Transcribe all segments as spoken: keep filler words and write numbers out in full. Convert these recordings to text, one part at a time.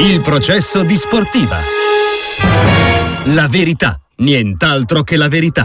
Il processo di Sportiva. La verità, nient'altro che la verità.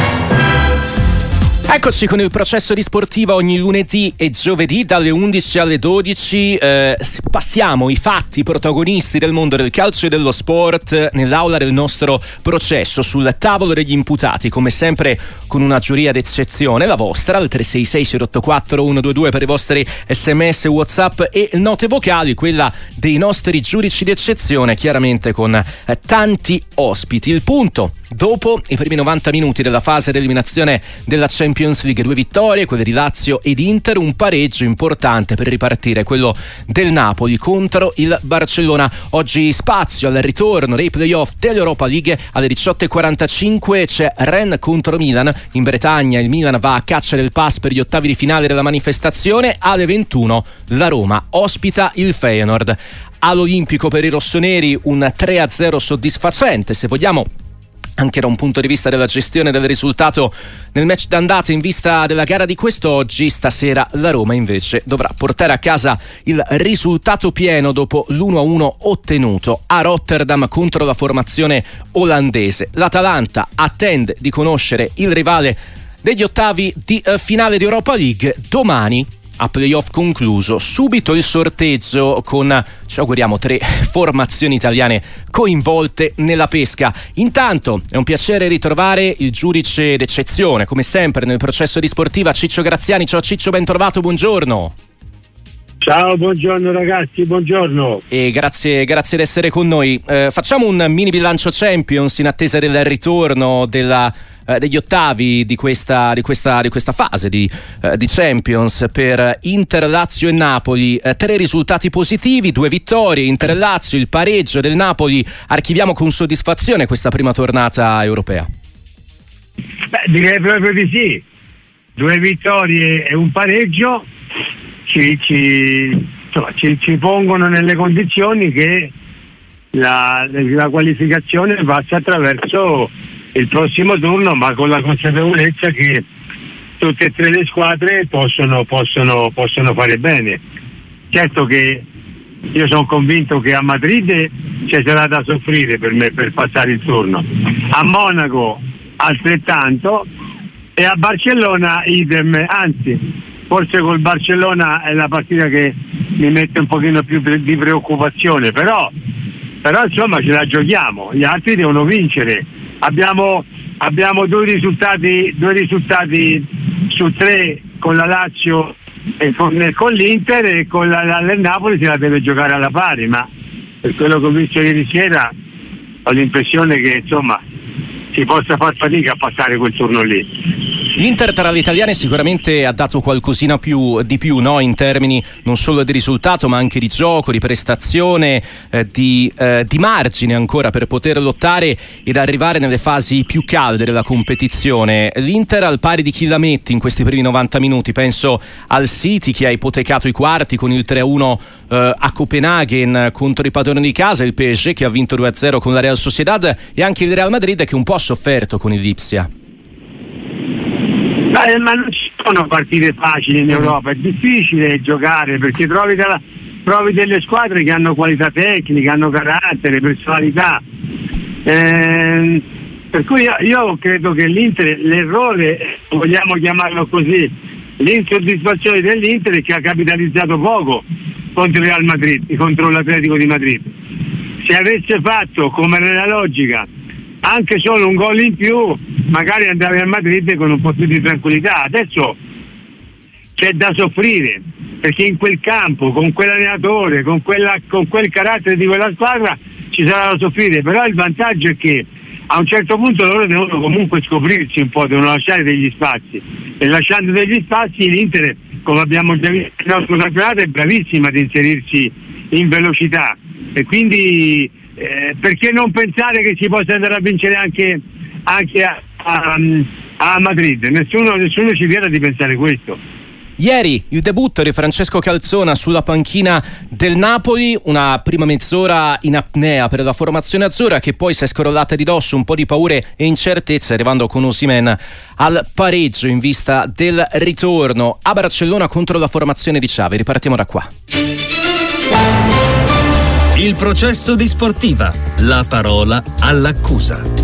Eccoci con il processo di Sportiva ogni lunedì e giovedì dalle undici alle dodici. Eh, passiamo i fatti, i protagonisti del mondo del calcio e dello sport nell'aula del nostro processo, sul tavolo degli imputati, come sempre con una giuria d'eccezione, la vostra, al tre sei sei zero otto quattro uno due due per i vostri sms, whatsapp e note vocali, quella dei nostri giudici d'eccezione, chiaramente con eh, tanti ospiti. Il punto dopo i primi novanta minuti della fase d'eliminazione della Champions League: due vittorie, quelle di Lazio ed Inter, un pareggio importante per ripartire, quello del Napoli contro il Barcellona. Oggi spazio al ritorno dei playoff dell'Europa League. Alle diciotto e quarantacinque c'è Rennes contro Milan in Bretagna, il Milan va a caccia del pass per gli ottavi di finale della manifestazione. Alle ventuno la Roma ospita il Feyenoord. All'Olimpico per i rossoneri un tre a zero soddisfacente, se vogliamo, anche da un punto di vista della gestione del risultato nel match d'andata in vista della gara di quest'oggi. Stasera la Roma invece dovrà portare a casa il risultato pieno dopo l'uno a uno ottenuto a Rotterdam contro la formazione olandese. L'Atalanta attende di conoscere il rivale degli ottavi di eh, finale di Europa League domani. A playoff concluso, subito il sorteggio con, ci auguriamo, tre formazioni italiane coinvolte nella pesca. Intanto è un piacere ritrovare il giudice d'eccezione, come sempre nel processo di Sportiva, Ciccio Graziani. Ciao Ciccio, ben trovato, buongiorno. Ciao, buongiorno ragazzi, buongiorno. E grazie, grazie di essere con noi. Eh, facciamo un mini bilancio Champions in attesa del ritorno della degli ottavi di questa, di questa, di questa fase di, uh, di Champions per Inter, Lazio e Napoli. Uh, tre risultati positivi, due vittorie, Inter e Lazio, il pareggio del Napoli. Archiviamo con soddisfazione questa prima tornata europea. Beh, direi proprio di sì. Due vittorie e un pareggio ci, ci, insomma, ci, ci pongono nelle condizioni che la, la qualificazione passa attraverso il prossimo turno, ma con la consapevolezza che tutte e tre le squadre possono, possono, possono fare bene. Certo che io sono convinto che a Madrid ci sarà da soffrire per me per passare il turno, a Monaco altrettanto e a Barcellona idem, anzi forse col Barcellona è la partita che mi mette un pochino più di preoccupazione, però, però insomma ce la giochiamo, gli altri devono vincere. Abbiamo, abbiamo due risultati due risultati su tre con la Lazio e con, con l'Inter, e con la, la, il Napoli se la deve giocare alla pari, ma per quello che ho visto ieri sera ho l'impressione che insomma si possa far fatica a passare quel turno lì. L'Inter tra le italiane sicuramente ha dato qualcosina più di più, no? In termini non solo di risultato ma anche di gioco, di prestazione, eh, di, eh, di margine ancora per poter lottare ed arrivare nelle fasi più calde della competizione. L'Inter al pari di chi la metti in questi primi novanta minuti? Penso al City che ha ipotecato i quarti con il tre a uno eh, a Copenaghen contro i padroni di casa, il P S G che ha vinto due a zero con la Real Sociedad e anche il Real Madrid che un po' ha sofferto con il Lipsia. Beh, ma non ci sono partite facili in Europa, è difficile giocare perché trovi, della, trovi delle squadre che hanno qualità tecnica, hanno carattere, personalità, eh, per cui io, io credo che l'Inter, l'errore, vogliamo chiamarlo così, l'insoddisfazione dell'Inter è che ha capitalizzato poco contro il Real Madrid, contro l'Atletico di Madrid. Se avesse fatto come nella logica anche solo un gol in più, magari andavi a Madrid con un po' più di tranquillità. Adesso c'è da soffrire perché in quel campo, con quell'allenatore, con, quella, con quel carattere di quella squadra ci sarà da soffrire, però il vantaggio è che a un certo punto loro devono comunque scoprirsi un po', devono lasciare degli spazi, e lasciando degli spazi l'Inter, come abbiamo già visto nel nostro campionato, è bravissima ad inserirsi in velocità, e quindi Eh, perché non pensare che si possa andare a vincere anche, anche a, a, a Madrid? Nessuno, nessuno ci vieta di pensare questo. Ieri il debutto di Francesco Calzona sulla panchina del Napoli, una prima mezz'ora in apnea per la formazione azzurra che poi si è scrollata di dosso, un po' di paure e incertezze, arrivando con Osimhen al pareggio in vista del ritorno a Barcellona contro la formazione di Xavi. Ripartiamo da qua. Il processo di Sportiva, la parola all'accusa.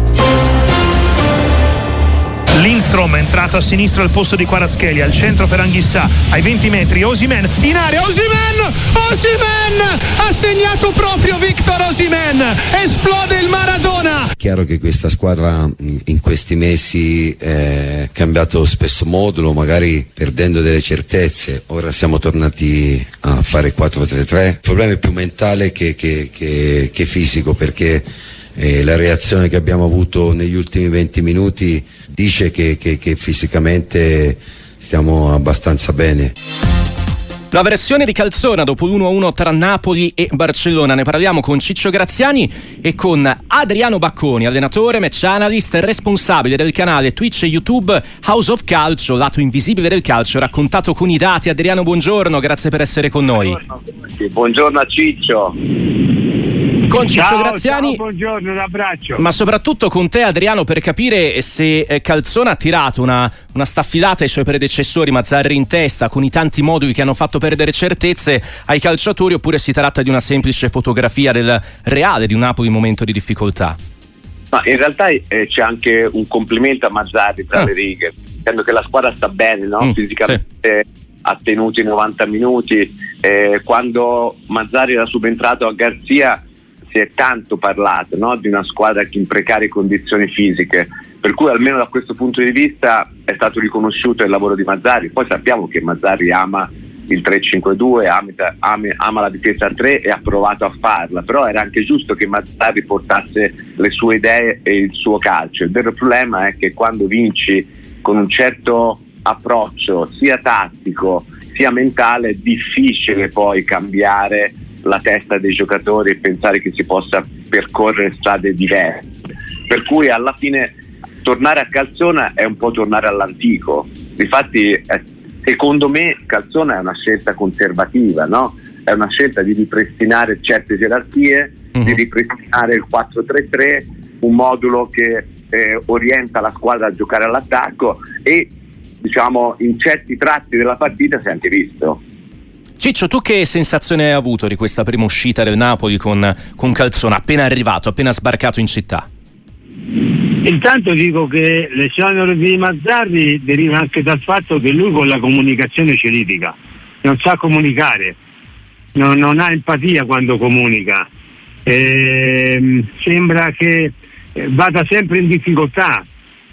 Lindstrom è entrato a sinistra al posto di Kvaratskhelia, al centro per Anghissà, ai venti metri Osimhen in area, Osimhen Osimhen ha segnato proprio Victor Osimhen, esplode il Maradona. Chiaro che questa squadra in questi mesi è cambiato spesso modulo, magari perdendo delle certezze. Ora siamo tornati a fare quattro tre tre. Il problema è più mentale che, che, che, che fisico, perché eh, la reazione che abbiamo avuto negli ultimi venti minuti dice che, che, che fisicamente stiamo abbastanza bene. La versione di Calzona dopo l'uno a uno tra Napoli e Barcellona. Ne parliamo con Ciccio Graziani e con Adriano Bacconi, allenatore, match analyst, responsabile del canale Twitch e YouTube House of Calcio, lato invisibile del calcio, raccontato con i dati. Adriano, buongiorno, grazie per essere con noi. Buongiorno, buongiorno a Ciccio. Con Ciccio ciao, Graziani, ciao, buongiorno, un abbraccio. ma soprattutto con te, Adriano, per capire se Calzona ha tirato una, una staffilata ai suoi predecessori, Mazzarri in testa, con i tanti moduli che hanno fatto perdere certezze ai calciatori, oppure si tratta di una semplice fotografia del reale di un Napoli in momento di difficoltà. Ma in realtà eh, c'è anche un complimento a Mazzarri tra ah. le righe, dicendo che la squadra sta bene, no? Mm, Fisicamente sì. Ha tenuto i novanta minuti. Eh, quando Mazzarri era subentrato a Garzia si è tanto parlato, no? Di una squadra che in precarie condizioni fisiche, per cui almeno da questo punto di vista è stato riconosciuto il lavoro di Mazzarri. Poi sappiamo che Mazzarri ama il tre cinque due, ama, ama, ama la difesa a tre e ha provato a farla, però era anche giusto che Mazzarri portasse le sue idee e il suo calcio. Il vero problema è che quando vinci con un certo approccio sia tattico sia mentale è difficile poi cambiare la testa dei giocatori e pensare che si possa percorrere strade diverse, per cui alla fine tornare a Calzona è un po' tornare all'antico. Difatti eh, secondo me Calzona è una scelta conservativa, no? È una scelta di ripristinare certe gerarchie, mm-hmm. di ripristinare il quattro tre tre, un modulo che eh, orienta la squadra a giocare all'attacco e diciamo in certi tratti della partita si è anche visto. Ciccio, tu che sensazione hai avuto di questa prima uscita del Napoli con, con Calzona, appena arrivato, appena sbarcato in città? Intanto dico che l'esonero di Mazzarri deriva anche dal fatto che lui con la comunicazione ci litiga, non sa comunicare, non, non ha empatia quando comunica, e, sembra che vada sempre in difficoltà.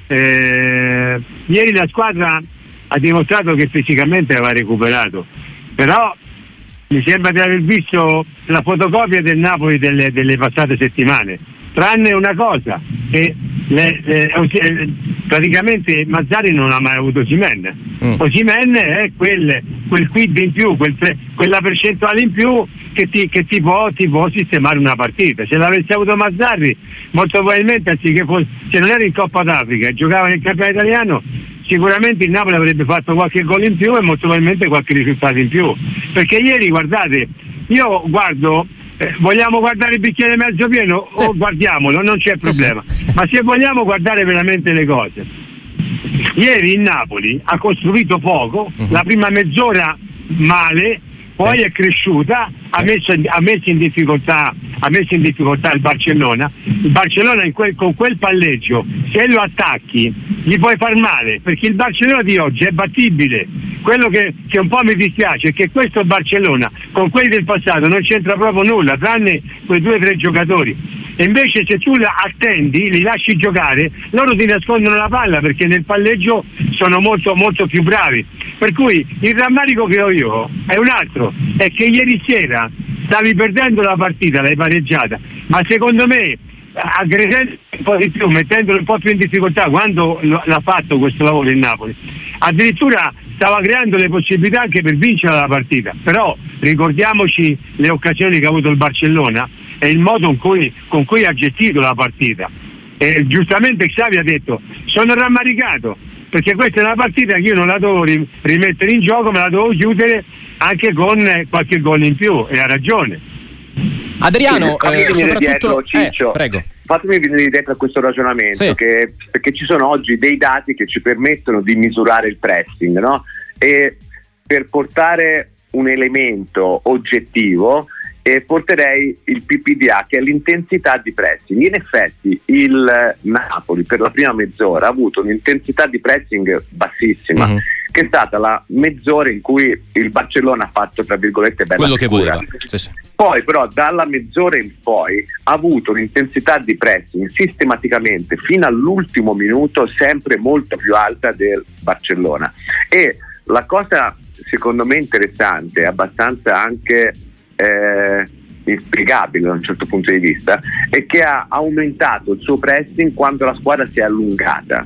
Eh, ieri la squadra ha dimostrato che fisicamente aveva recuperato, però mi sembra di aver visto la fotocopia del Napoli delle, delle passate settimane, tranne una cosa, che le, le, praticamente Mazzarri non ha mai avuto Osimhen. mm. Osimhen è quel, quel quid in più, quel, quella percentuale in più che ti, che ti, può, ti può sistemare una partita. Se l'avesse avuto Mazzarri, molto probabilmente, anziché fosse, se non era in Coppa d'Africa e giocava nel campionato italiano, sicuramente il Napoli avrebbe fatto qualche gol in più e molto probabilmente qualche risultato in più, perché ieri, guardate, io guardo eh, vogliamo guardare il bicchiere mezzo pieno o oh, guardiamolo, non c'è problema, ma se vogliamo guardare veramente le cose, ieri il Napoli ha costruito poco, uh-huh. la prima mezz'ora male, poi è cresciuta, ha messo, ha messo in difficoltà ha messo in difficoltà il Barcellona. Il Barcellona in quel, con quel palleggio, se lo attacchi gli puoi far male, perché il Barcellona di oggi è battibile. Quello che, che un po' mi dispiace è che questo Barcellona con quelli del passato non c'entra proprio nulla, tranne quei due o tre giocatori, e invece se tu attendi, li lasci giocare, loro ti nascondono la palla perché nel palleggio sono molto molto più bravi. Per cui il rammarico che ho io è un altro, è che ieri sera stavi perdendo la partita, l'hai pareggiata, ma secondo me aggredendo un po' di più, mettendolo un po' più in difficoltà quando l'ha fatto questo lavoro il Napoli, addirittura stava creando le possibilità anche per vincere la partita. Però ricordiamoci le occasioni che ha avuto il Barcellona e il modo in cui, con cui ha gestito la partita, e giustamente Xavi ha detto sono rammaricato perché questa è una partita che io non la devo rimettere in gioco, me la devo chiudere anche con qualche gol in più, e ha ragione. Adriano, sì, eh, soprattutto dietro, Ciccio, eh, prego. Fatemi venire dietro a questo ragionamento, sì. che, perché ci sono oggi dei dati che ci permettono di misurare il pressing, no? E per portare un elemento oggettivo, e porterei il P P D A, che è l'intensità di pressing. In effetti il Napoli per la prima mezz'ora ha avuto un'intensità di pressing bassissima, mm-hmm. che è stata la mezz'ora in cui il Barcellona ha fatto, tra virgolette, bella quello figura. che voleva. Sì, sì. Poi però dalla mezz'ora in poi ha avuto un'intensità di pressing sistematicamente fino all'ultimo minuto sempre molto più alta del Barcellona. E la cosa secondo me interessante, abbastanza anche eh, inspiegabile da un certo punto di vista, è che ha aumentato il suo pressing quando la squadra si è allungata,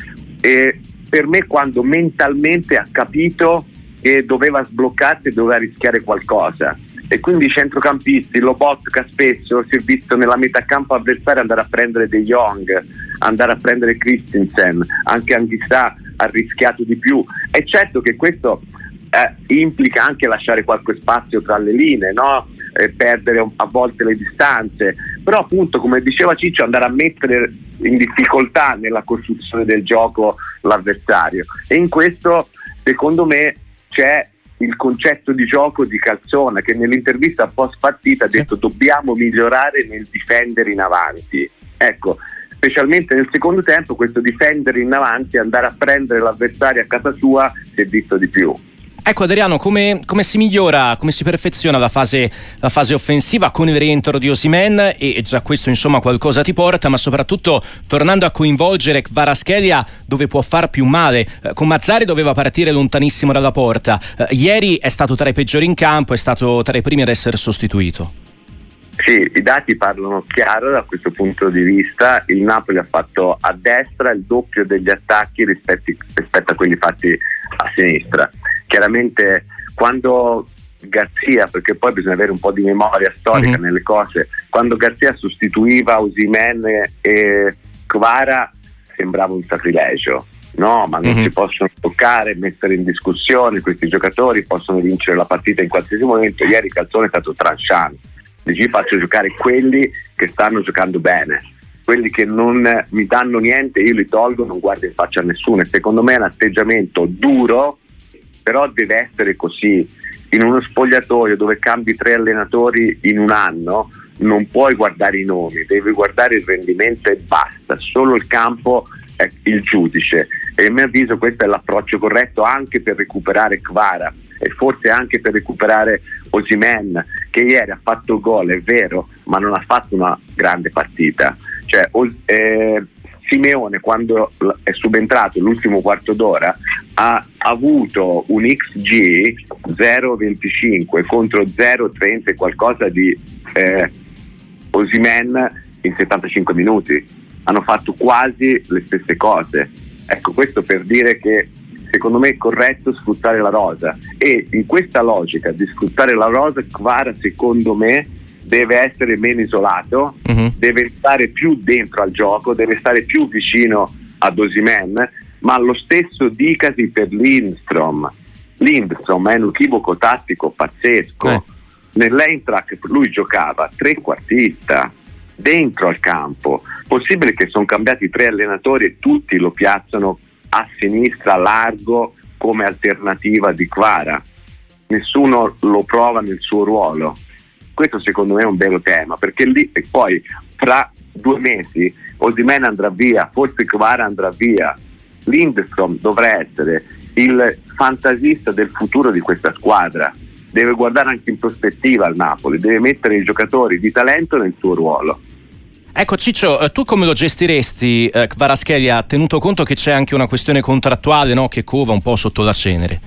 e per me quando mentalmente ha capito che doveva sbloccarsi e doveva rischiare qualcosa, e quindi i centrocampisti, Lobotka spesso si è visto nella metà campo avversaria andare a prendere De Jong, andare a prendere Christensen, anche Anghissà ha rischiato di più. È certo che questo eh, implica anche lasciare qualche spazio tra le linee, no? Eh, perdere a volte le distanze, però appunto, come diceva Ciccio, andare a mettere in difficoltà nella costruzione del gioco l'avversario, e in questo secondo me c'è il concetto di gioco di Calzona, che nell'intervista post partita ha detto: dobbiamo migliorare nel difendere in avanti. Ecco, specialmente nel secondo tempo questo difendere in avanti, andare a prendere l'avversario a casa sua, si è visto di più. Ecco Adriano, come, come si migliora, come si perfeziona la fase, la fase offensiva con il rientro di Osimhen, e, e già questo insomma qualcosa ti porta, ma soprattutto tornando a coinvolgere Kvaratskhelia dove può far più male. Eh, con Mazzarri doveva partire lontanissimo dalla porta, eh, ieri è stato tra i peggiori in campo, è stato tra i primi ad essere sostituito. Sì, i dati parlano chiaro da questo punto di vista. Il Napoli ha fatto a destra il doppio degli attacchi rispetto, rispetto a quelli fatti a sinistra. Chiaramente quando Garzia, perché poi bisogna avere un po' di memoria storica mm-hmm. nelle cose, quando Garzia sostituiva Osimhen e Kvara sembrava un sacrilegio, no? Ma non mm-hmm. si possono toccare, mettere in discussione questi giocatori, possono vincere la partita in qualsiasi momento. Ieri Calzone è stato tranchant, dici: faccio giocare quelli che stanno giocando bene, quelli che non mi danno niente io li tolgo, non guardo in faccia a nessuno. E secondo me è un atteggiamento duro, però deve essere così. In uno spogliatoio dove cambi tre allenatori in un anno non puoi guardare i nomi, devi guardare il rendimento e basta. Solo il campo è il giudice, e a mio avviso questo è l'approccio corretto anche per recuperare Kvara, e forse anche per recuperare Osimhen, che ieri ha fatto gol, è vero, ma non ha fatto una grande partita. Cioè eh, Simeone, quando è subentrato l'ultimo quarto d'ora, ha avuto un X G zero virgola venticinque contro zero virgola trenta e qualcosa di eh, Osimhen in settantacinque minuti. Hanno fatto quasi le stesse cose. Ecco, questo per dire che secondo me è corretto sfruttare la rosa, e in questa logica di sfruttare la rosa Kvara secondo me deve essere meno isolato, uh-huh. deve stare più dentro al gioco, deve stare più vicino ad Osimhen, ma lo stesso dicasi per Lindstrom. Lindstrom è un equivoco tattico pazzesco. Eh. Nell'Eintracht lui giocava trequartista dentro al campo. Possibile che sono cambiati tre allenatori e tutti lo piazzano a sinistra largo come alternativa di Kvara? Nessuno lo prova nel suo ruolo. Questo secondo me è un vero tema, perché lì e poi fra due mesi Osimhen andrà via, forse Kvara andrà via. Lindstrom dovrà essere il fantasista del futuro di questa squadra, deve guardare anche in prospettiva al Napoli, deve mettere i giocatori di talento nel suo ruolo. Ecco Ciccio, tu come lo gestiresti eh, Kvaratskhelia, tenuto conto che c'è anche una questione contrattuale, no, che cova un po' sotto la cenere?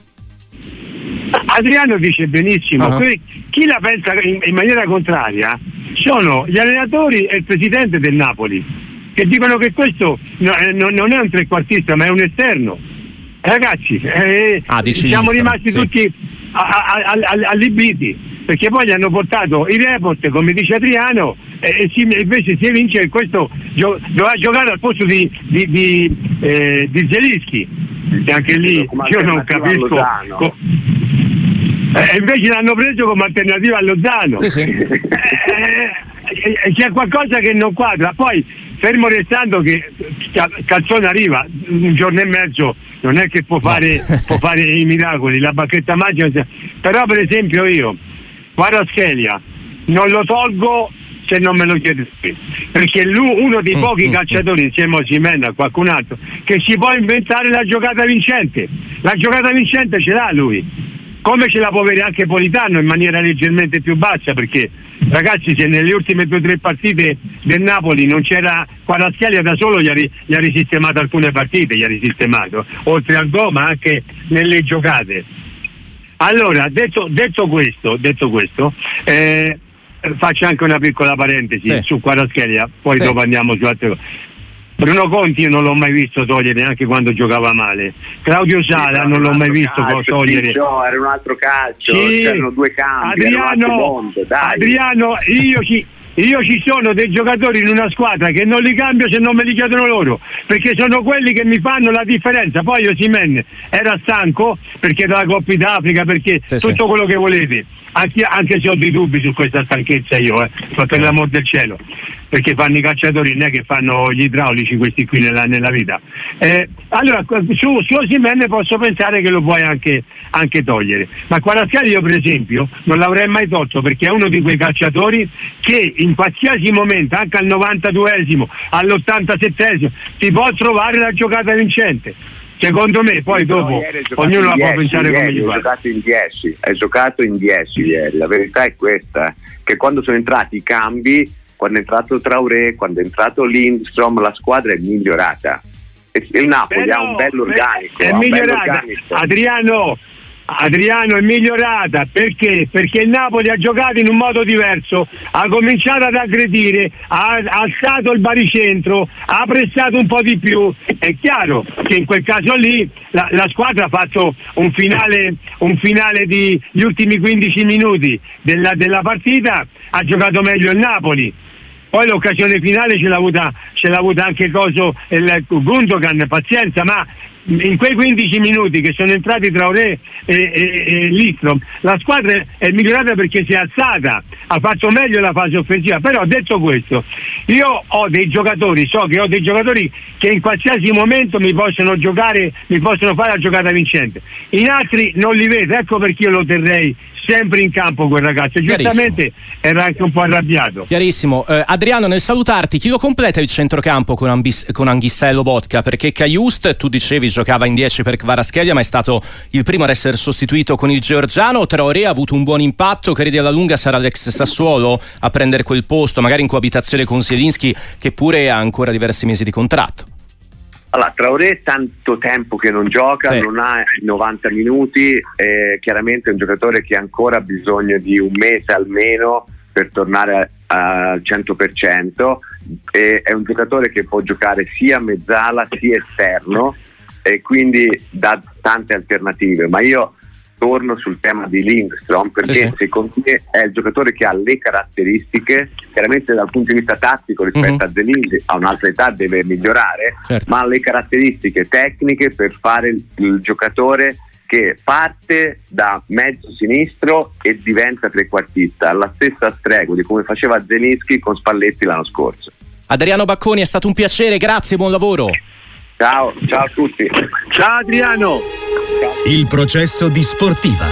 Adriano dice benissimo, uh-huh. Chi la pensa in, in maniera contraria sono gli allenatori e il presidente del Napoli, che dicono che questo no, no, non è un trequartista ma è un esterno. Ragazzi, eh, ah, siamo rimasti sì. tutti allibiti, perché poi gli hanno portato i report, come dice Adriano, e, e si, invece si evince che questo gio, doveva giocare al posto di, di, di, eh, di Zelinski, e anche lì io non capisco co- e invece l'hanno preso come alternativa a Lozano. Sì, sì. eh, eh, c'è qualcosa che non quadra. Poi fermo restando che Calzone arriva un giorno e mezzo, non è che può fare, no. può fare i miracoli, la bacchetta magica, però per esempio io Kvaratskhelia non lo tolgo se non me lo chiede, perché è lui uno dei pochi calciatori insieme a Osimhen, a qualcun altro, che si può inventare la giocata vincente. La giocata vincente ce l'ha lui, come ce la può avere anche Politano in maniera leggermente più bassa, perché ragazzi, se nelle ultime due o tre partite del Napoli non c'era Kvaratskhelia, da solo gli ha, ri, gli ha risistemato alcune partite, gli ha risistemato oltre al gol, ma anche nelle giocate. Allora, detto, detto questo, detto questo eh, faccio anche una piccola parentesi sì. su Kvaratskhelia, poi sì. dopo andiamo su altre cose. Bruno Conti io non l'ho mai visto togliere neanche quando giocava male. Claudio Sala sì, non l'ho mai visto calcio, togliere. Ciccio, era un altro calcio, sì. c'erano due campi. Adriano, mondo, dai. Adriano, io ci, io ci sono dei giocatori in una squadra che non li cambio se non me li chiedono loro, perché sono quelli che mi fanno la differenza. Poi Osimhen era stanco perché dalla Coppa d'Africa, perché sì, tutto sì. quello che volete. Anche, anche se ho dei dubbi su questa stanchezza io, eh, per l'amor del cielo, perché fanno i calciatori, non è che fanno gli idraulici questi qui nella, nella vita. Eh, allora su, su Osimhen posso pensare che lo puoi anche, anche togliere, ma Kvaratskhelia io per esempio non l'avrei mai tolto, perché è uno di quei calciatori che in qualsiasi momento, anche al novantaduesimo, all'ottantasettesimo, ti può trovare la giocata vincente. Secondo me poi dopo ognuno la può pensare come gli pare. Ha giocato in dieci, hai giocato in dieci ieri, la verità è questa, che quando sono entrati i cambi, quando è entrato Traoré, quando è entrato Lindstrom, la squadra è migliorata. E il Napoli Però, ha un bello organico. È migliorata, Adriano, Adriano è migliorata perché? Perché il Napoli ha giocato in un modo diverso, ha cominciato ad aggredire, ha, ha alzato il baricentro, ha pressato un po' di più. È chiaro che in quel caso lì la, la squadra ha fatto un finale, un finale di gli ultimi quindici minuti della, della partita, ha giocato meglio il Napoli. Poi l'occasione finale ce l'ha avuta, ce l'ha avuta anche Coso, il Gundogan, pazienza, ma in quei quindici minuti che sono entrati Traoré e, e, e Lindstrom, la squadra è migliorata perché si è alzata, ha fatto meglio la fase offensiva. Però detto questo, io ho dei giocatori, so che ho dei giocatori che in qualsiasi momento mi possono giocare, mi possono fare la giocata vincente. In altri non li vedo, ecco perché io lo terrei sempre in campo quel ragazzo. Giustamente era anche un po' arrabbiato. Chiarissimo. Eh, Adriano, nel salutarti, chi lo completa il centrocampo con, Ambis- con Anghissà e Lobotka? Perché Cajuste, tu dicevi, giocava in dieci per Kvaratskhelia, ma è stato il primo ad essere sostituito con il georgiano. Traoré ha avuto un buon impatto, credi alla lunga sarà l'ex Sassuolo a prendere quel posto, magari in coabitazione con Zielinski, che pure ha ancora diversi mesi di contratto? Allora, Traoré è tanto tempo che non gioca, sì. non ha novanta minuti, eh, chiaramente è un giocatore che ha ancora bisogno di un mese almeno per tornare al cento per cento, eh, è un giocatore che può giocare sia mezzala sia esterno e quindi dà tante alternative, ma io torno sul tema di Lindstrom perché sì, sì. secondo me è il giocatore che ha le caratteristiche, chiaramente dal punto di vista tattico rispetto mm-hmm. a Zielinski, a un'altra età deve migliorare, certo. ma ha le caratteristiche tecniche per fare il, il giocatore che parte da mezzo sinistro e diventa trequartista, alla stessa stregua di come faceva Zielinski con Spalletti l'anno scorso. Adriano Bacconi, è stato un piacere, grazie, buon lavoro. Ciao, ciao a tutti. Ciao Adriano. Il processo di Sportiva.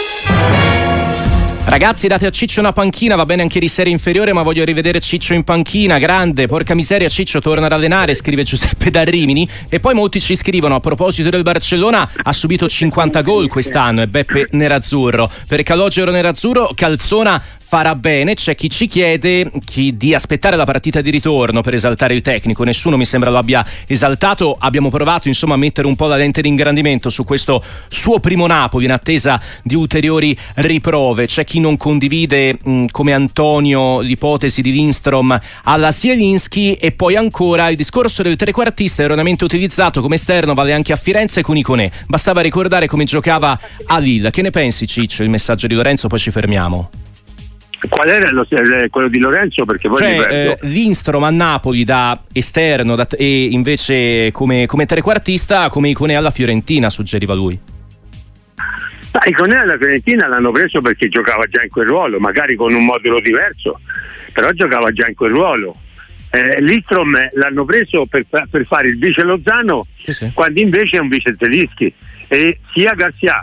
Ragazzi, date a Ciccio una panchina, va bene anche di serie inferiore, ma voglio rivedere Ciccio in panchina, grande, porca miseria, Ciccio torna ad allenare, scrive Giuseppe da Rimini. E poi molti ci scrivono, a proposito del Barcellona, ha subito cinquanta gol quest'anno, è Beppe Nerazzurro. Per Calogero Nerazzurro, Calzona farà bene. C'è chi ci chiede chi di aspettare la partita di ritorno per esaltare il tecnico, nessuno mi sembra lo abbia esaltato. Abbiamo provato insomma a mettere un po' la lente di ingrandimento su questo suo primo Napoli in attesa di ulteriori riprove. C'è chi non condivide mh, come Antonio l'ipotesi di Lindstrom alla Zielinski. E poi ancora il discorso del trequartista erroneamente utilizzato come esterno vale anche a Firenze con Iconè, bastava ricordare come giocava a Lille. Che ne pensi, Ciccio? Il messaggio di Lorenzo, poi ci fermiamo. Qual era lo, quello di Lorenzo? Perché poi cioè, eh, Lindstrom a Napoli da esterno da, e invece come, come trequartista, come Iconè alla Fiorentina, suggeriva lui. Ah, Iconè alla Fiorentina l'hanno preso perché giocava già in quel ruolo, magari con un modulo diverso, però giocava già in quel ruolo. Eh, Lindstrom l'hanno preso per, per fare il vice Lozano, sì, sì. quando invece è un vice Zielinski, e sia Garcia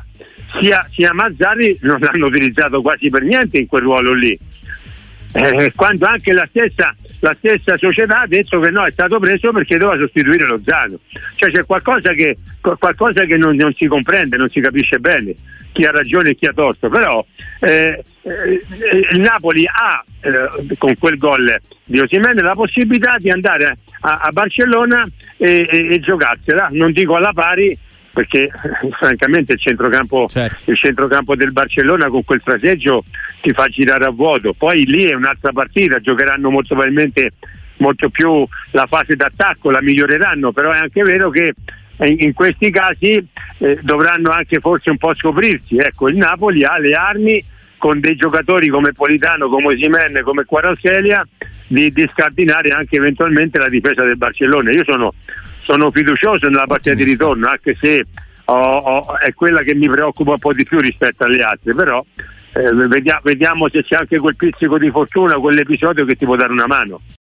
sia, sia Mazzarri non l'hanno utilizzato quasi per niente in quel ruolo lì, eh, quando anche la stessa, la stessa società ha detto che no, è stato preso perché doveva sostituire Lozano. Cioè c'è qualcosa che, qualcosa che non, non si comprende, non si capisce bene chi ha ragione e chi ha torto, però eh, eh, il Napoli ha eh, con quel gol di Osimhen la possibilità di andare a, a Barcellona e, e, e giocarsela, non dico alla pari, perché francamente il centrocampo, certo. il centrocampo del Barcellona con quel fraseggio ti fa girare a vuoto. Poi lì è un'altra partita, giocheranno molto probabilmente molto più la fase d'attacco, la miglioreranno, però è anche vero che in, in questi casi eh, dovranno anche forse un po' scoprirsi. Ecco, il Napoli ha le armi con dei giocatori come Politano, come Osimhen, come Kvaratskhelia di, di scardinare anche eventualmente la difesa del Barcellona. Io sono Sono fiducioso nella partita di ritorno, anche se oh, oh, è quella che mi preoccupa un po' di più rispetto alle altre, però eh, vediamo, vediamo se c'è anche quel pizzico di fortuna, quell'episodio che ti può dare una mano.